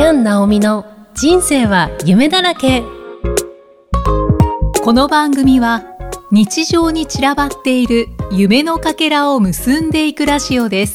キャン・ナオミの人生は夢だらけ。 この番組は日常に散らばっている夢のかけらを結んでいくラジオです。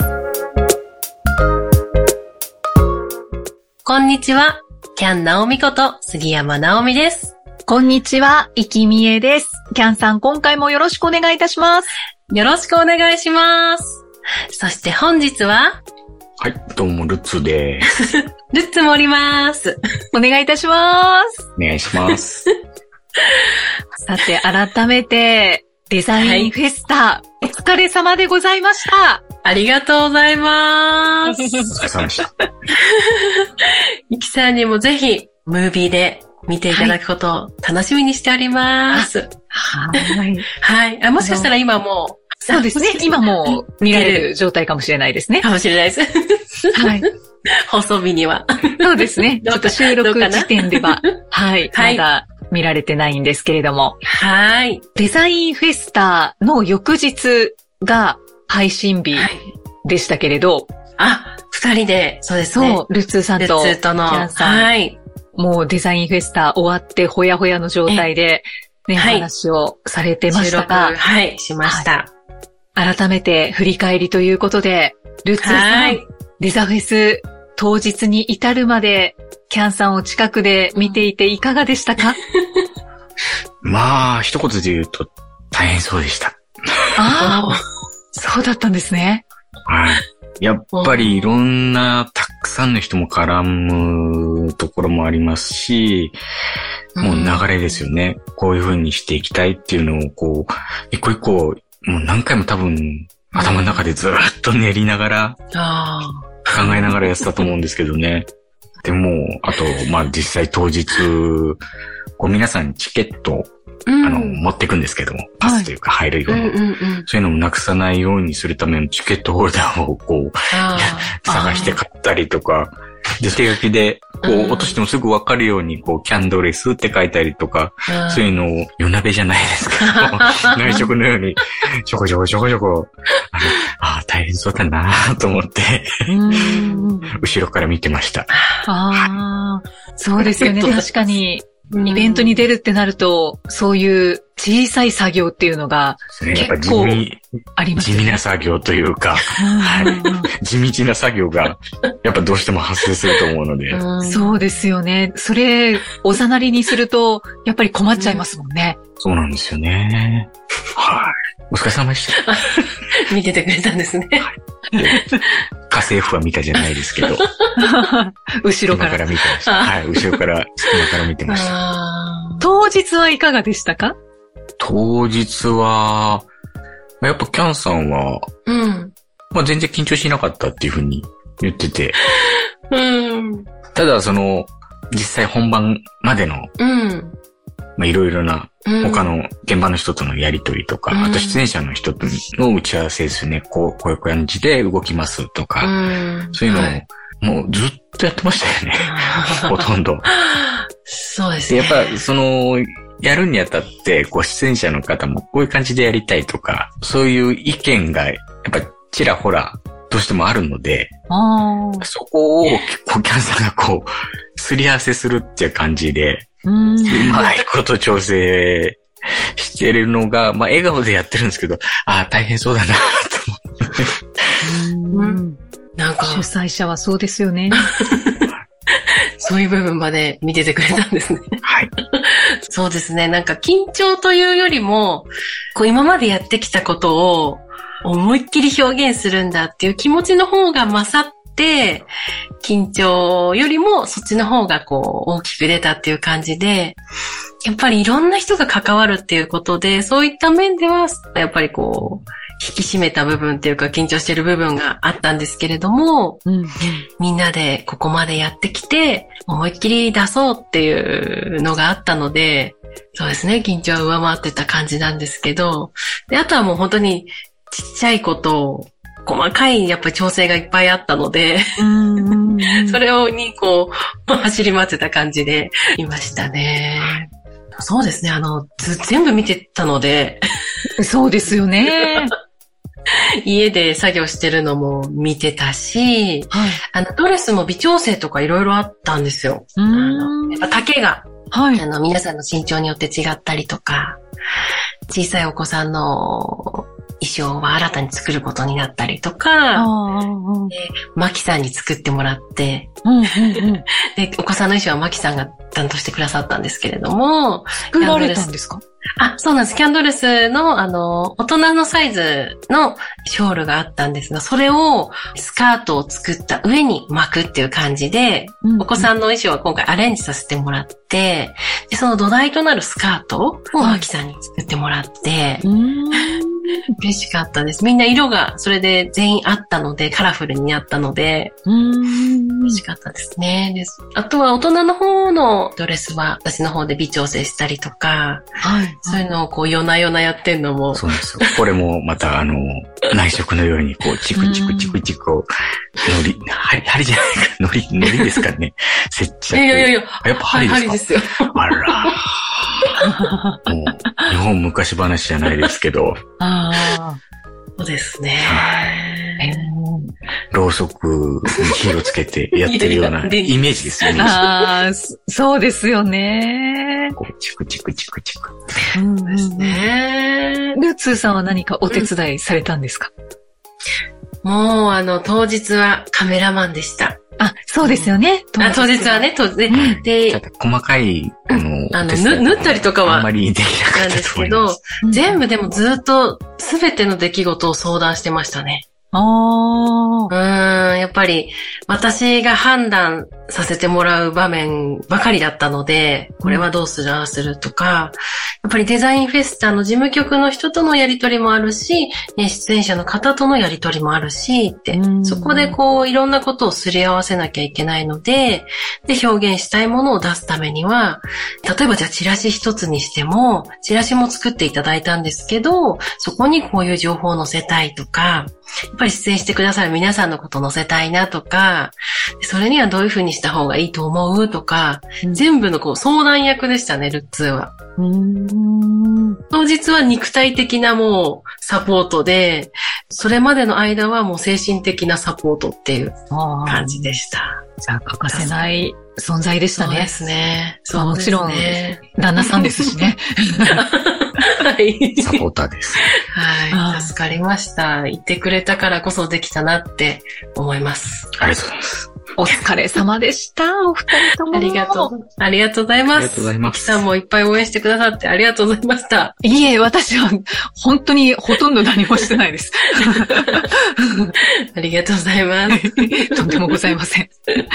こんにちは、キャン・ナオミこと杉山直美です。 こんにちは、いきみえです。キャンさん、今回もよろしくお願いいたします。 よろしくお願いします。そして本日は、 はい、どうもルッツです。 ルッツ盛ります。 お願いいたします。 お願いします。 さて、改めて、デザインフェスタ、お疲れ様でございました。 ありがとうございます。 お疲れ様でした。 いきさんにもぜひ、ムービーで見ていただくことを楽しみにしております。 はい。 はい。もしかしたら今もう、 そうですね。今も見られる状態かもしれないですね。 かもしれないです。はい。放送日には。 そうですね。ちょっと収録時点では、はい。まだ見られてないんですけれども。 はい。 デザインフェスタの翌日が配信日でしたけれど。 二人で、そうですね。 そう、ルッツーさんとキャンさん。はい。 もうデザインフェスタ終わってほやほやの状態で、ね、話をされてましたが。 はい、しました。 改めて振り返りということで、ルッツーさん、デザフェス当日に至るまで、キャンさんを近くで見ていていかがでしたか？ まあ、一言で言うと大変そうでした。 ああ、そうだったんですね。 はい。やっぱりいろんなたくさんの人も絡むところもありますし、もう流れですよね。こういう風にしていきたいっていうのをこう、一個一個、もう何回も多分頭の中でずっと練りながら、考えながらやってたと思うんですけどね。でも、あと、まあ実際当日、こう皆さんチケット、持っていくんですけども、パスというか入るような、そういうのもなくさないようにするためのチケットホルダーをこう、探して買ったりとか、で、手書きで、こう、落としてもすぐわかるように、こう、キャンドレスって書いたりとか、そういうのを、夜鍋じゃないですけど、内職のように、ちょこちょこちょこちょこ、大変そうだなと思って、後ろから見てました。 そうですよね、確かに。イベントに出るってなると、そういう小さい作業っていうのが結構ありますね。 地味な作業というか、地道な作業がやっぱどうしても発生すると思うので。 そうですよね。それ、おざなりにすると、やっぱり困っちゃいますもんね。 そうなんですよね。はい。お疲れ様でした。 見ててくれたんですね。 家政婦は見たじゃないですけど。 後ろから。 今から見てました。はい。後ろから、今から見てました。 当日はいかがでしたか？ 当日は、やっぱキャンさんは、まあ全然緊張しなかったっていうふうに言ってて。ただ実際本番までの、まあいろいろな他の現場の人とのやりとりとか、あと出演者の人との打ち合わせですね。こういう感じで動きますとか、そういうのをもうずっとやってましたよね。ほとんど。 そうですね。 でやっぱやるにあたって、出演者の方もこういう感じでやりたいとか、そういう意見がやっぱちらほらどうしてもあるので、そこをキャンさんがすり合わせするっていう感じで、うまいこと調整してるのが、まあ笑顔でやってるんですけど、大変そうだなと思って。 なんか主催者はそうですよね。 そういう部分まで見ててくれたんですね。 はい。 そうですね。なんか緊張というよりも、今までやってきたことを思いっきり表現するんだっていう気持ちの方が勝って、緊張よりもそっちの方が大きく出たっていう感じで、やっぱりいろんな人が関わるっていうことで、そういった面では、やっぱり引き締めた部分っていうか緊張してる部分があったんですけれども、みんなでここまでやってきて、思いっきり出そうっていうのがあったので、そうですね、緊張は上回ってた感じなんですけど、で、あとはもう本当にちっちゃいことを、細かいやっぱり調整がいっぱいあったので、それに走り回ってた感じでいましたね。そうですね、全部見てたので。 そうですよね。 家で作業してるのも見てたし、 はい。 ドレスも微調整とかいろいろあったんですよ。やっぱ丈が、 はい。 皆さんの身長によって違ったりとか、小さいお子さんの衣装は新たに作ることになったりとか、マキさんに作ってもらって、で、お子さんの衣装はマキさんが担当してくださったんですけれども、 作られたんですか？ そうなんです。キャンドレスの、大人のサイズのショールがあったんですが、それをスカートを作った上に巻くっていう感じで、お子さんの衣装は今回アレンジさせてもらって、で、その土台となるスカートをマキさんに作ってもらって、嬉しかったです。みんな色がそれで全員あったので、カラフルになったので、嬉しかったですね。あとは大人の方のドレスは私の方で微調整したりとか、そういうのをこう夜な夜なやってんのも。 そうですよ。これもまた内職のようにこうチクチクチクチクを針じゃないか、のりですかね。接着。 いや。 やっぱ針ですか？ 針ですよ。 あら。もう日本昔話じゃないですけど。 そうですね。 ろうそくに火をつけてやってるようなイメージですよね。 そうですよね。 こうチクチクチクチク。 そうですね。 ルーツーさんは何かお手伝いされたんですか？ もう当日はカメラマンでした。 そうですよね。 当日はね、で、 細かい、 縫ったりとかは、 あんまりできなかったと思います。 なんですけど、全部でもずっと、すべての出来事を相談してましたね。やっぱり、私が判断させてもらう場面ばかりだったので、これはどうする、ああするとか、やっぱりデザインフェスタの事務局の人とのやりとりもあるし、出演者の方とのやりとりもあるし、そこでこう、いろんなことをすり合わせなきゃいけないので、表現したいものを出すためには、例えばじゃあチラシ一つにしても、チラシも作っていただいたんですけど、そこにこういう情報を載せたいとか、やっぱり出演してくださる皆さんのことを載せたいなとか、それにはどういうふうにした方がいいと思うとか、全部のこう相談役でしたね、ルッツーは。当日は肉体的なもうサポートで、それまでの間はもう精神的なサポートっていう感じでした。 じゃあ欠かせない存在でしたね。 そうですね。 もちろん、旦那さんですしね。 はい。 サポーターです。 はい。助かりました。言ってくれたからこそできたなって思います。 ありがとうございます。 お疲れ様でした。お二人とも。 ありがとうございます。 ありがとうございます。 さんもいっぱい応援してくださってありがとうございました。 いえ、私は本当にほとんど何もしてないです。 ありがとうございます。 とんでもございません。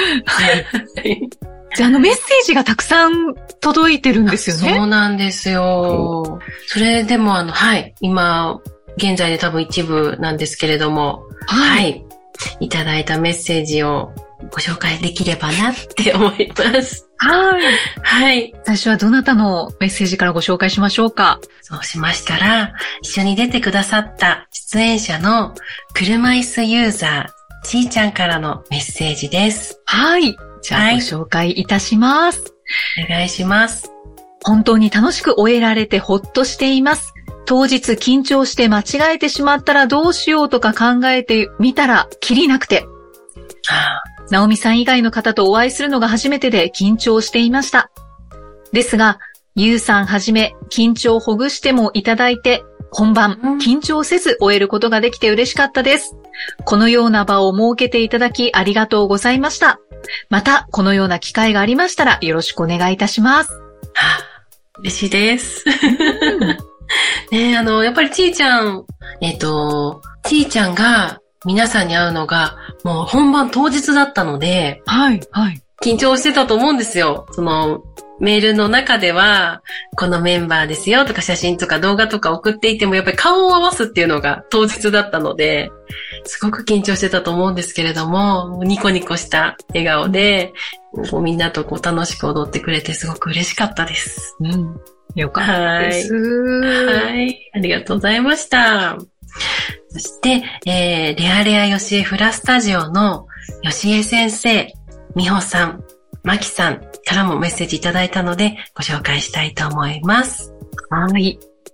じゃあメッセージがたくさん届いてるんですよね。 そうなんですよ。それでも今、現在で多分一部なんですけれども、はい。いただいたメッセージをご紹介できればなって思います。 はい。 はい。 最初はどなたのメッセージからご紹介しましょうか。 そうしましたら、一緒に出てくださった出演者の車椅子ユーザー、ちーちゃんからのメッセージです。 はい。じゃあご紹介いたします。 お願いします。 本当に楽しく終えられてほっとしています。当日緊張して間違えてしまったらどうしようとか考えてみたらきりなくて。ナオミさん以外の方とお会いするのが初めてで緊張していました。ですが、ユウさんはじめ緊張をほぐしてもいただいて、本番緊張せず終えることができて嬉しかったです。このような場を設けていただきありがとうございました。また、このような機会がありましたらよろしくお願いいたします。 嬉しいです。ね、やっぱりちーちゃん、ちーちゃんが皆さんに会うのがもう本番当日だったので、 はい、はい。 緊張してたと思うんですよ。メールの中では、このメンバーですよとか写真とか動画とか送っていてもやっぱり顔を合わすっていうのが当日だったので、すごく緊張してたと思うんですけれども、ニコニコした笑顔で、みんなと楽しく踊ってくれてすごく嬉しかったです。 よかったです。 はい。ありがとうございました。そして、レアレアヨシエフラスタジオのヨシエ先生、ミホさん、マキさんからもメッセージいただいたのでご紹介したいと思います。 はい。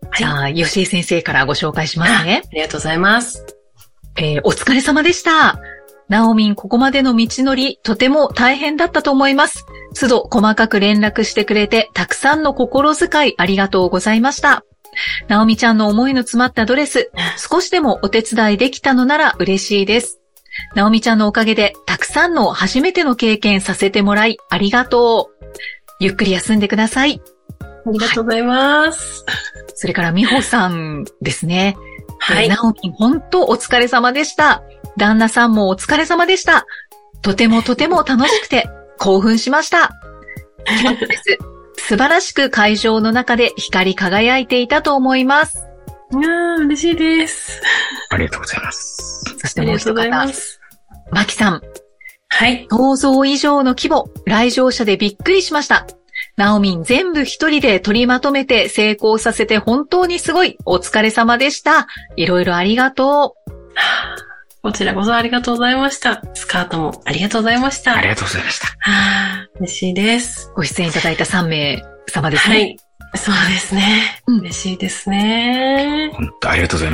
じゃあ、吉井先生からご紹介しますね。 ありがとうございます。 お疲れ様でした。ナオミン、ここまでの道のり、とても大変だったと思います。都度細かく連絡してくれて、たくさんの心遣いありがとうございました。ナオミちゃんの思いの詰まったドレス、少しでもお手伝いできたのなら嬉しいです。ナオミちゃんのおかげで、たくさんの初めての経験させてもらい、ありがとう。ゆっくり休んでください。 ありがとうございます。 それから美穂さんですね。 はい。 ナオミン、本当お疲れ様でした。旦那さんもお疲れ様でした。とてもとても楽しくて興奮しました。キャンプです。素晴らしく会場の中で光り輝いていたと思います。 嬉しいです。 ありがとうございます。 そしてもう一方、マキさん。 はい。 想像以上の規模、来場者でびっくりしました。ナオミン全部一人で取りまとめて成功させて本当にすごい。お疲れ様でした。いろいろありがとう。 こちらこそありがとうございました。スカートもありがとうございました。 ありがとうございました。 嬉しいです。 ご出演いただいた3名様ですね。 はい。そうですね。嬉しいですね。 本当ありがとうございます。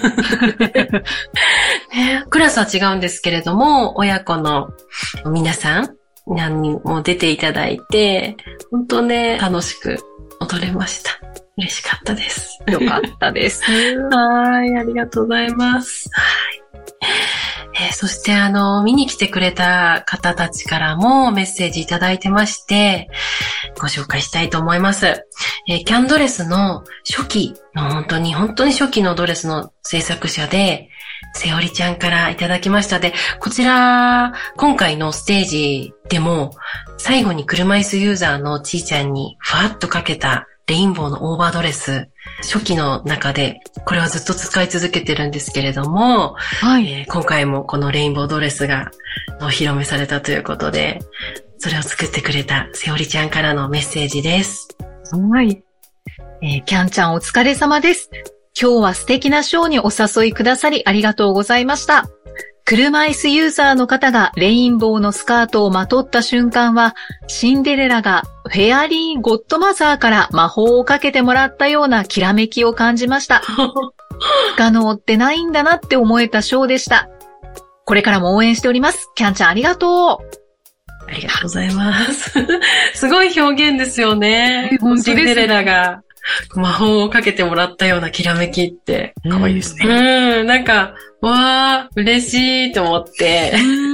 クラスは違うんですけれども、親子の皆さん、何人も出ていただいて、本当ね、楽しく踊れました。嬉しかったです。 よかったです。 はい、ありがとうございます。はい。そして見に来てくれた方たちからもメッセージいただいてまして、ご紹介したいと思います。キャンドレスの初期の本当に初期のドレスの制作者で、せおりちゃんからいただきましたで、こちら、今回のステージでも、最後に車椅子ユーザーのちーちゃんにふわっとかけたレインボーのオーバードレス、初期の中で、これはずっと使い続けてるんですけれども、 はい、 今回もこのレインボードレスがお披露目されたということで、それを作ってくれたせおりちゃんからのメッセージです。 はい。キャンちゃんお疲れ様です。今日は素敵なショーにお誘いくださりありがとうございました。車椅子ユーザーの方がレインボーのスカートをまとった瞬間は、シンデレラがフェアリーゴッドマザーから魔法をかけてもらったようなきらめきを感じました。不可能ってないんだなって思えたショーでした。これからも応援しております。キャンちゃんありがとう。 ありがとうございます。すごい表現ですよね。 本当ですね。 シンデレラが魔法をかけてもらったようなきらめきって。 かわいいですね。 なんか、わー、嬉しいと思って。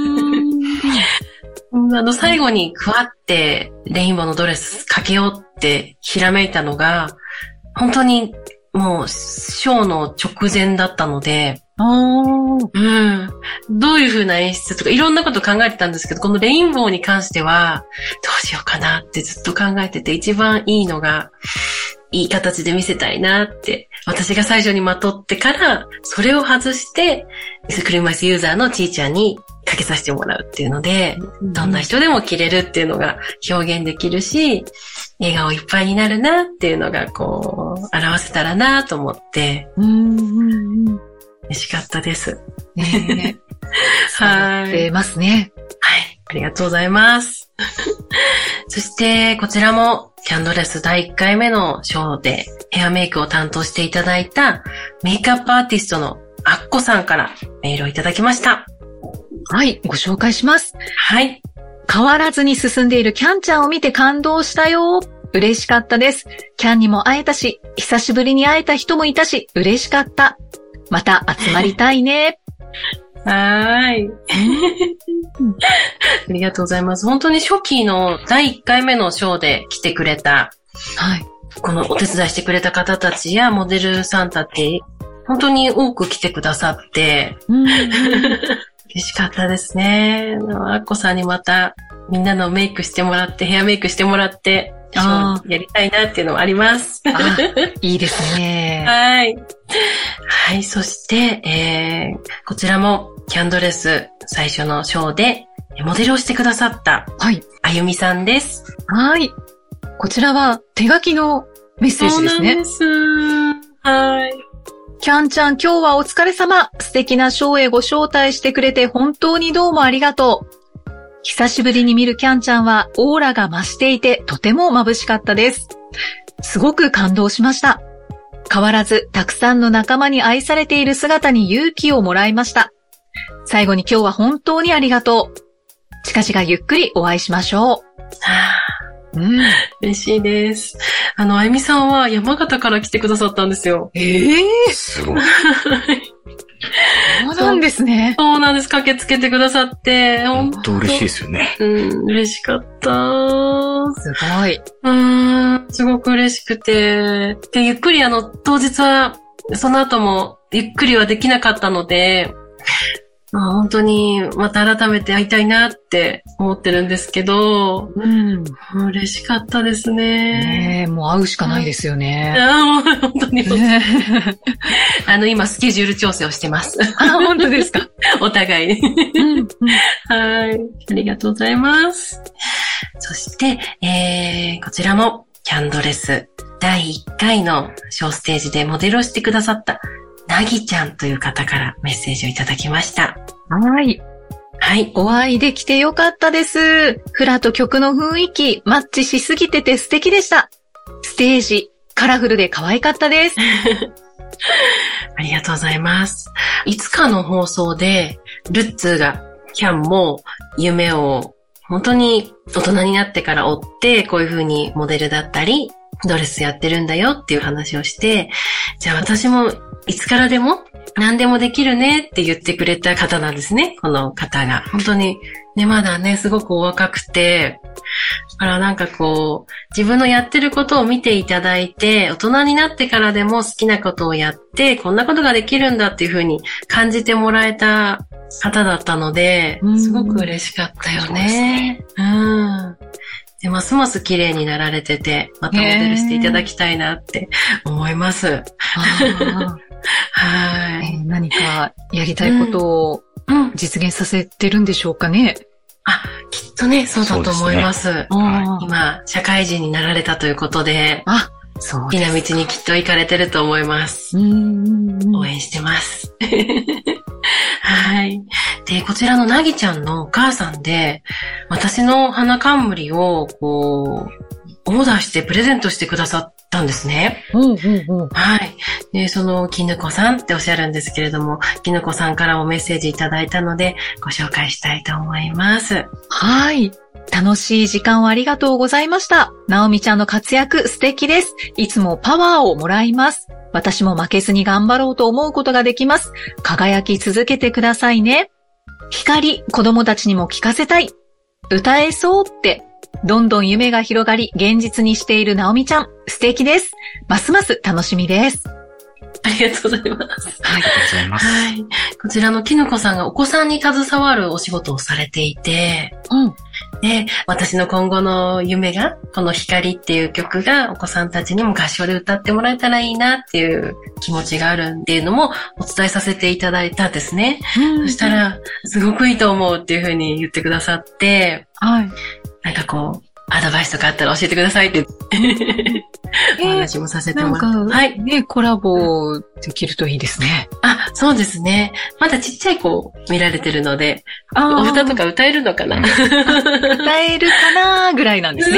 最後にふわってレインボーのドレスかけようってひらめいたのが、本当にもうショーの直前だったので、どういう風な演出とかいろんなこと考えてたんですけど、このレインボーに関してはどうしようかなってずっと考えてて、一番いいのがいい形で見せたいなって、私が最初にまとってから、それを外して、車椅子ユーザーのちーちゃんにかけさせてもらうっていうので、どんな人でも着れるっていうのが表現できるし、笑顔いっぱいになるなっていうのがこう、表せたらなと思って、嬉しかったです。 ねはい。出ますね。 はい。ありがとうございます。そして、こちらも、キャンドレス第1回目のショーでヘアメイクを担当していただいたメイクアップアーティストのアッコさんからメールをいただきました。 はい、ご紹介します。 はい。 変わらずに進んでいるキャンちゃんを見て感動したよ。嬉しかったです。キャンにも会えたし、久しぶりに会えた人もいたし、嬉しかった。また集まりたいね。 はい。ありがとうございます。本当に初期の第1回目のショーで来てくれた、 はい。 このお手伝いしてくれた方たちやモデルさんたち、本当に多く来てくださって、嬉しかったですね。アッコさんにまたみんなのメイクしてもらって、ヘアメイクしてもらって、やりたいなっていうのはあります。 いいですね。 はい。はい。そして、こちらもキャンドレス最初のショーでモデルをしてくださった、 はい。 あゆみさんです。 はい。こちらは手書きのメッセージですね。 そうなんです。はい。 キャンちゃん、今日はお疲れ様。素敵なショーへご招待してくれて本当にどうもありがとう。久しぶりに見るキャンちゃんはオーラが増していてとても眩しかったです。すごく感動しました。 変わらずたくさんの仲間に愛されている姿に勇気をもらいました。最後に今日は本当にありがとう。近々ゆっくりお会いしましょう。 嬉しいです。あゆみさんは山形から来てくださったんですよ。 すごい。 そうなんですね。 そうなんです。駆けつけてくださって。 本当嬉しいですよね。 嬉しかった。 すごい。 すごく嬉しくて。で、ゆっくり当日は、その後もゆっくりはできなかったので、本当にまた改めて会いたいなって思ってるんですけど、嬉しかったですね。 もう会うしかないですよね。 もう本当に。今スケジュール調整をしてます。 本当ですか。 お互いに。はい。ありがとうございます。そして、こちらもキャンドレス第1回のショーステージでモデルをしてくださったなぎちゃんという方からメッセージをいただきました。 はい。はい。お会いできてよかったです。フラと曲の雰囲気、マッチしすぎてて素敵でした。ステージ、カラフルで可愛かったです。 ありがとうございます。いつかの放送で、ルッツーが、キャンも夢を本当に大人になってから追って、こういう風にモデルだったり、ドレスやってるんだよっていう話をして、じゃあ私もいつからでも何でもできるねって言ってくれた方なんですね。この方が。本当にね、まだね、すごくお若くて、だからなんかこう、自分のやってることを見ていただいて、大人になってからでも好きなことをやって、こんなことができるんだっていうふうに感じてもらえた方だったので、すごく嬉しかったよね。で、ますます綺麗になられてて、またモデルしていただきたいなって思います。はい。 何かやりたいことを実現させてるんでしょうかね。 きっとね、そうだと思います。今、社会人になられたということで、好きな道にきっと行かれてると思います。応援してます。はい。で、こちらのなぎちゃんのお母さんで、私の花冠を、オーダーしてプレゼントしてくださったんですね。はい。で、その、きぬこさんっておっしゃるんですけれども、きぬこさんからもメッセージいただいたので、ご紹介したいと思います。 はい。楽しい時間をありがとうございました。なおみちゃんの活躍素敵です。いつもパワーをもらいます。私も負けずに頑張ろうと思うことができます。輝き続けてくださいね。光、子供たちにも聞かせたい。歌えそうって、どんどん夢が広がり、現実にしているなおみちゃん、素敵です。ますます楽しみです。 ありがとうございます。 ありがとうございます。 はい。こちらのきぬこさんがお子さんに携わるお仕事をされていて、で、私の今後の夢が、この光っていう曲がお子さんたちにも合唱で歌ってもらえたらいいなっていう気持ちがあるっていうのもお伝えさせていただいたんですね。そしたら、すごくいいと思うっていうふうに言ってくださって、なんかこう、アドバイスとかあったら教えてくださいってお話もさせてもらって。 はい。ね、コラボできるといいですね。 そうですね。まだちっちゃい子見られてるので、お歌とか歌えるのかな歌えるかなぐらいなんですね。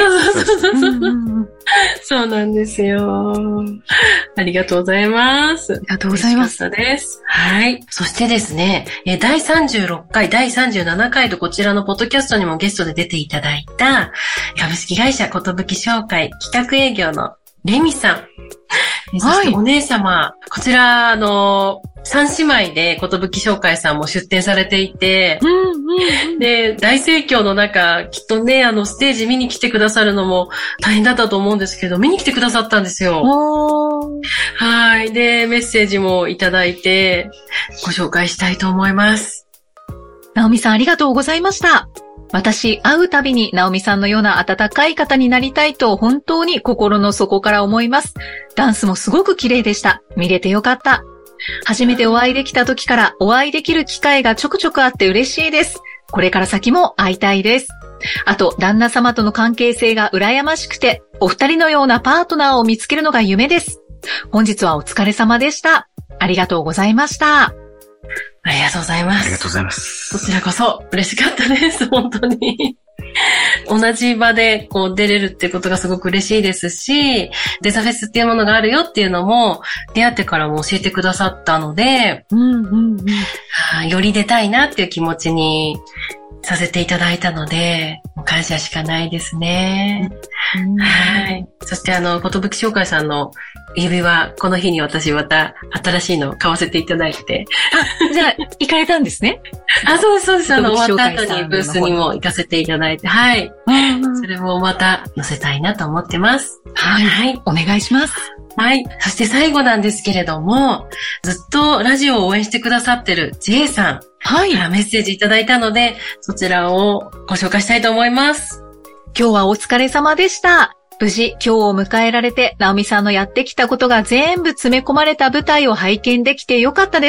そうなんですよ。ありがとうございます。 ありがとうございます。 嬉しかったです。はい。そしてですね、第36回、第37回とこちらのポッドキャストにもゲストで出ていただいた、株式会社ことぶき商会企画営業のレミさん。そしてお姉様、こちら、三姉妹でことぶき商会さんも出展されていて、で、大盛況の中、きっとね、ステージ見に来てくださるのも大変だったと思うんですけど、見に来てくださったんですよ。はい。で、メッセージもいただいて、ご紹介したいと思います。 なおみさん、ありがとうございました。私、会うたびになおみさんのような温かい方になりたいと本当に心の底から思います。ダンスもすごく綺麗でした。見れてよかった。初めてお会いできた時からお会いできる機会がちょくちょくあって嬉しいです。これから先も会いたいです。あと、旦那様との関係性が羨ましくて、お二人のようなパートナーを見つけるのが夢です。本日はお疲れ様でした。ありがとうございました。 ありがとうございます。 ありがとうございます。 こちらこそ嬉しかったです。本当に。 同じ場でこう出れるっていうことがすごく嬉しいですし、デザフェスっていうものがあるよっていうのも出会ってからも教えてくださったので、より出たいなっていう気持ちにさせていただいたので、感謝しかないですね。はい。そして、ことぶき商会さんの指輪、この日に私また新しいのを買わせていただいて。 じゃあ、行かれたんですね。 そうです、そうです。終わった後にブースにも行かせていただいて、はい。それもまた載せたいなと思ってます。 はい。お願いします。 はい。そして最後なんですけれども、ずっとラジオを応援してくださってる J さん。はい。メッセージいただいたので、そちらをご紹介したいと思います。 今日はお疲れ様でした。無事、今日を迎えられて、直美さんのやってきたことが全部詰め込まれた舞台を拝見できてよかったです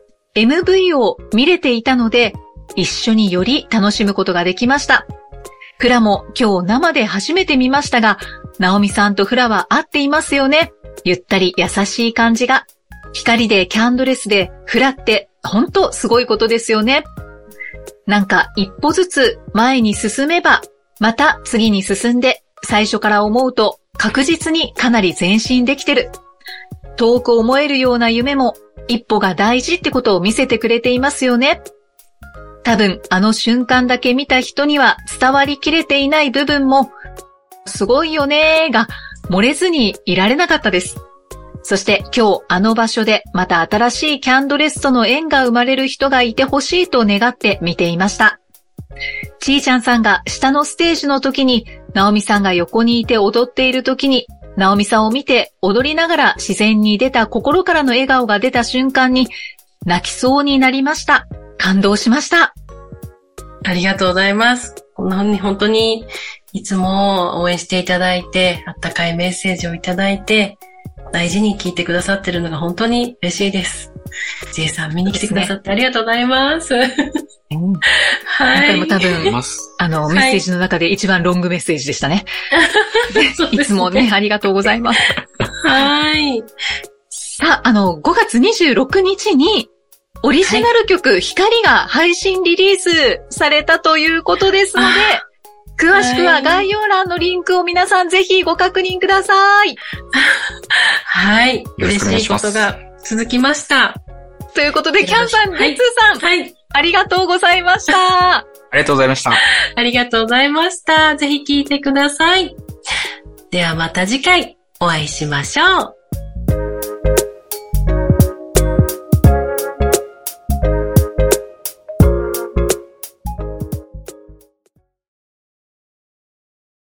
。MV を見れていたので、一緒により楽しむことができました。フラも今日生で初めて見ましたが、直美さんとフラは合っていますよね。ゆったり優しい感じが。光でキャンドレスでフラってほんとすごいことですよね。なんか一歩ずつ前に進めば、また次に進んで、最初から思うと確実にかなり前進できてる。遠く思えるような夢も一歩が大事ってことを見せてくれていますよね。多分あの瞬間だけ見た人には伝わりきれていない部分も、すごいよねーが漏れずにいられなかったです。そして今日あの場所でまた新しいキャンドレスとの縁が生まれる人がいてほしいと願って見ていました。ちーちゃんさんが下のステージの時に、直美さんが横にいて踊っている時に、直美さんを見て踊りながら自然に出た心からの笑顔が出た瞬間に、泣きそうになりました。感動しました。 ありがとうございます。本当にいつも応援していただいて、あったかいメッセージをいただいて、大事に聞いてくださってるのが本当に嬉しいです。J さん見に来てくださってありがとうございます。はい。 今回も多分、メッセージの中で一番ロングメッセージでしたね。いつもね、ありがとうございます。 はい。 さあ、5月26日に、オリジナル曲、光が配信リリースされたということですので、詳しくは概要欄のリンクを皆さんぜひご確認ください。 はい。嬉しいことが続きました。 ということで、キャンさん、リツーさん、はい。ありがとうございました。 ありがとうございました。 ありがとうございました。ぜひ聞いてください。ではまた次回お会いしましょう。